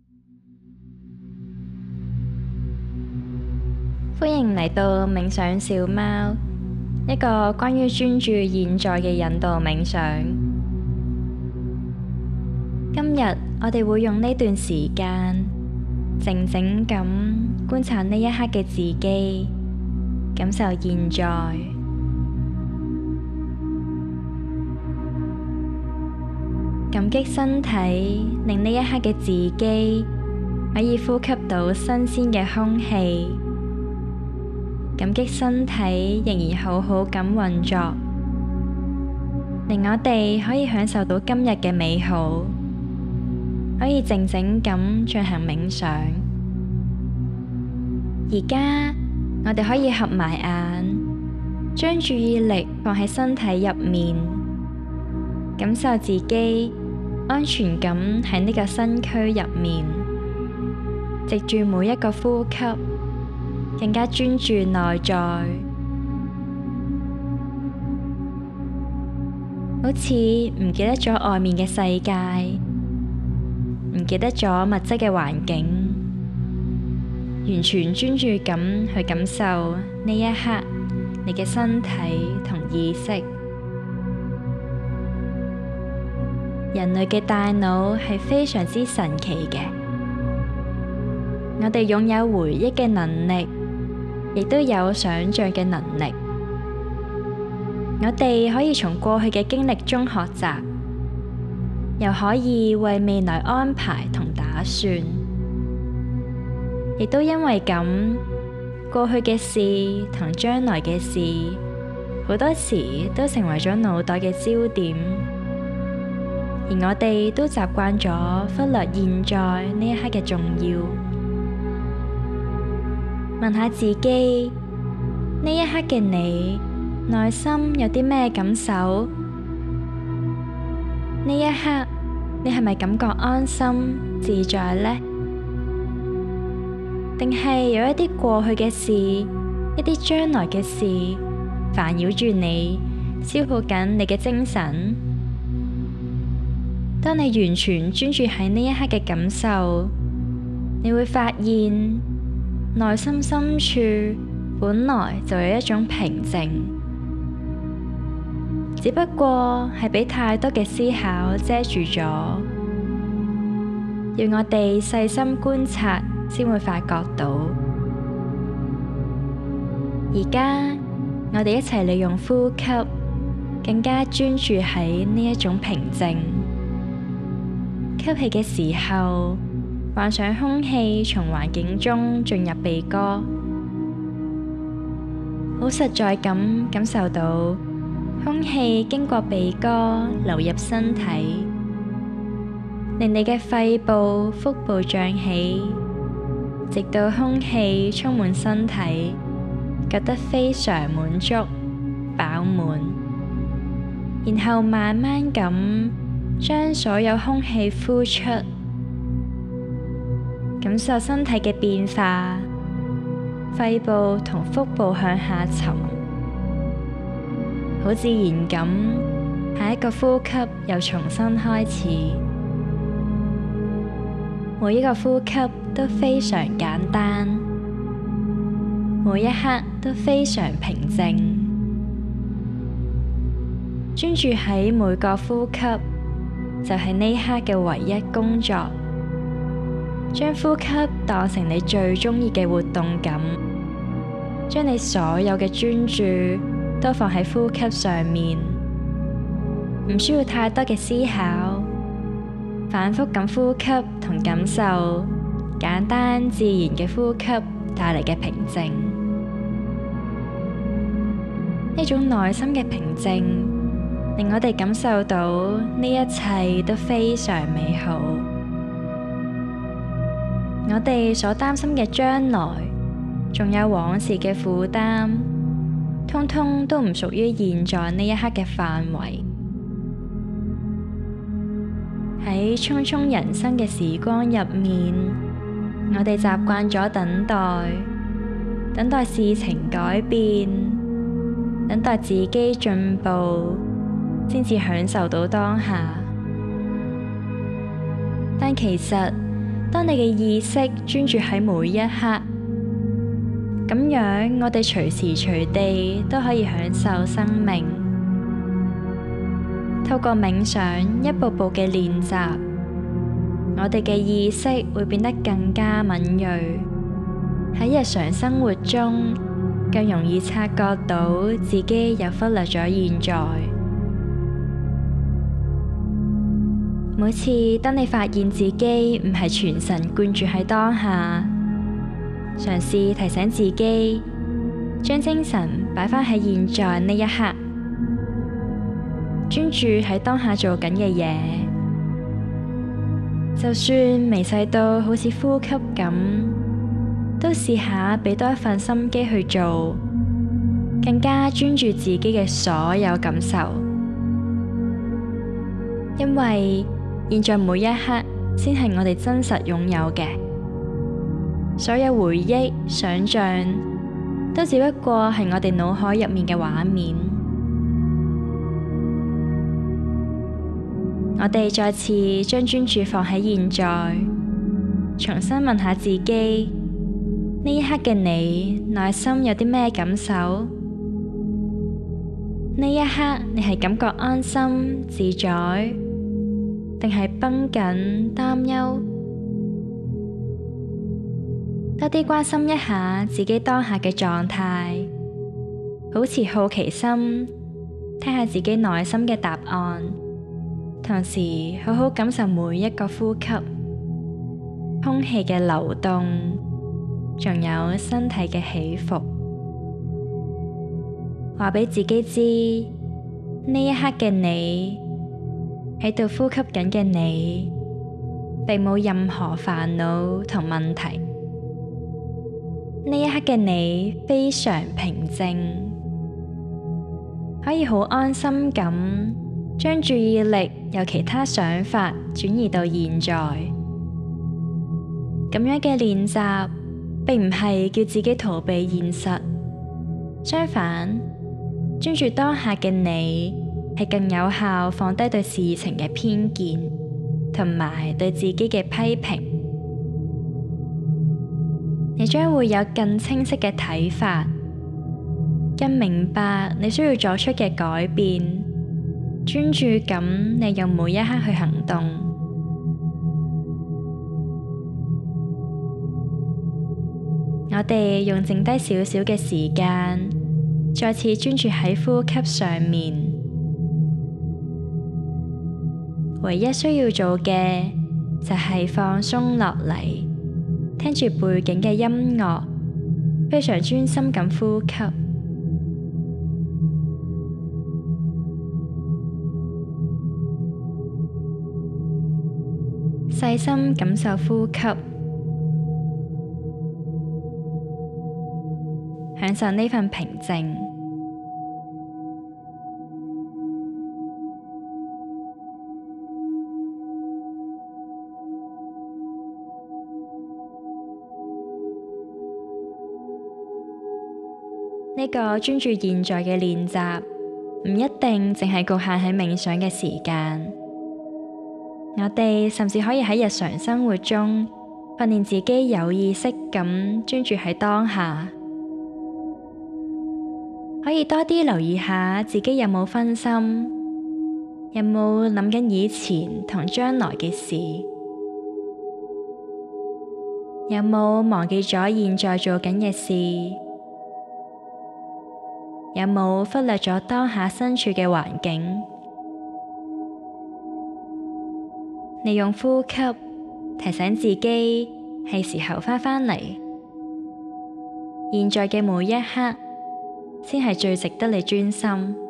歡迎嚟到冥想小貓，一個關於專注現在嘅引導冥想。今日我哋會用呢段時間靜靜咁觀察呢一刻嘅自己，感受現在。感激身體，令呢一刻嘅自己可以呼吸到新鮮嘅空氣。感激身體仍然好好咁運作，令我哋可以享受到今日嘅美好，可以靜靜咁進行冥想。而家我哋可以合埋眼，將注意力放喺身體入面，感受自己安全咁喺呢個身軀入面，藉住每一個呼吸，更加專注內在，好似唔記得咗外面嘅世界，唔記得咗物質嘅環境，完全專注咁去感受呢一刻你嘅身體同意識。人類嘅大腦係非常之神奇嘅，我哋擁有回憶嘅能力，亦都有想象嘅能力。我哋可以從過去嘅經歷中學習，又可以為未來安排同打算。亦都因為咁，過去嘅事同將來嘅事，好多時都成為咗腦袋嘅焦點。而我哋都習慣咗忽略現在呢一刻嘅重要。問下自己，呢一刻嘅你，內心有啲咩感受？呢一刻，你係咪感覺安心自在呢？定係有一啲過去嘅事，一啲將來嘅事，煩擾住你，消耗緊你嘅精神？當你完全專注喺呢一刻嘅感受，你會發現內心深處本來就有一種平靜，只不過係俾太多嘅思考遮住咗，要我哋細心觀察先會發覺到。而家我哋一齊利用呼吸，更加專注喺呢一種平靜。吸氣嘅時候，幻想空氣從環境中進入鼻哥，好實在咁感受到空氣經過鼻哥流入身體，令你嘅肺部、腹部脹起，直到空氣充滿身體，覺得非常滿足、飽滿，然後慢慢咁將所有空氣呼出，感受身體嘅變化，肺部同腹部向下沉，好自然咁，下一個呼吸又重新開始。每一個呼吸都非常簡單，每一刻都非常平靜，專注喺每個呼吸，就係呢刻嘅唯一工作。將呼吸當成你最鍾意嘅活動咁，將你所有嘅專注都放喺呼吸上面，唔需要太多嘅思考，反覆咁呼吸同感受簡單自然嘅呼吸帶嚟嘅平靜。呢種內心嘅平靜，令我哋感受到呢一切都非常美好。我哋所擔心嘅將來，仲有往事嘅負擔，通通都唔屬於現在呢一刻嘅範圍。喺匆匆人生嘅時光入面，我哋習慣咗等待，等待事情改變，等待自己進步，先至享受到當下。但其實當你嘅意識專注喺每一刻，咁樣我哋隨時隨地都可以享受生命。透過冥想一步步嘅練習，我哋嘅意識會變得更加敏銳，喺日常生活中更容易察覺到自己又忽略咗現在。每次當你發現自己唔係全神貫注喺當下，嘗試提醒自己將精神擺返喺現在呢一刻，專注喺當下做緊嘅嘢，就算微細到好似呼吸咁，都試下俾多一份心機去做，更加專注自己嘅所有感受，因為現在每一刻先係我哋真實擁有嘅，所有回憶、想象都只不過係我哋腦海入面嘅畫面。我哋再次將專注放喺現在，重新問下自己，呢一刻嘅你內心有啲咩感受？呢一刻你係感覺安心自在，定係繃緊擔憂？多啲關心一下自己當下嘅狀態，保持好奇心，聽下自己內心嘅答案，同時好好感受每一個呼吸，空氣嘅流動，仲有身體嘅起伏。話俾自己知，呢一刻嘅你，喺度呼吸緊嘅你，並冇任何煩惱同問題。呢一刻嘅你非常平靜，可以好安心咁將注意力由其他想法轉移到現在。咁樣嘅練習並唔係叫自己逃避現實，相反，專注當下嘅你係更有效放低對事情嘅偏見，同埋對自己嘅批評。你將會有更清晰嘅睇法，更明白你需要做出嘅改變，專注咁利用每一刻去行動。我哋用剩低少少嘅時間，再次專注喺呼吸上面。唯一需要做嘅就係放鬆落嚟，聽住背景嘅音樂，非常專心咁呼吸，細心感受呼吸，享受呢份平靜。呢個專注現在嘅練習，唔一定淨係局限喺冥想嘅時間。我哋甚至可以喺日常生活中訓練自己有意識咁專注喺當下。可以多啲留意下自己有冇分心，有冇諗緊以前同將來嘅事，有冇忘記咗現在做緊嘅事，有冇忽略咗當下身處嘅環境。利用呼吸提醒自己係時候返嚟，現在嘅每一刻先係最值得你專心。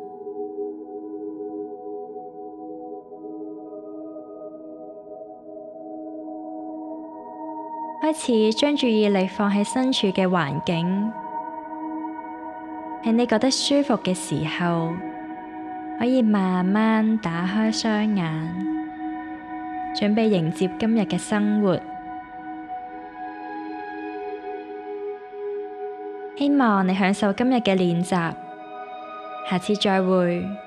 開始將注意力放喺身處嘅環境，喺你覺得舒服嘅時候，可以慢慢打開雙眼，準備迎接今日嘅生活。希望你享受今日嘅練習，下次再會。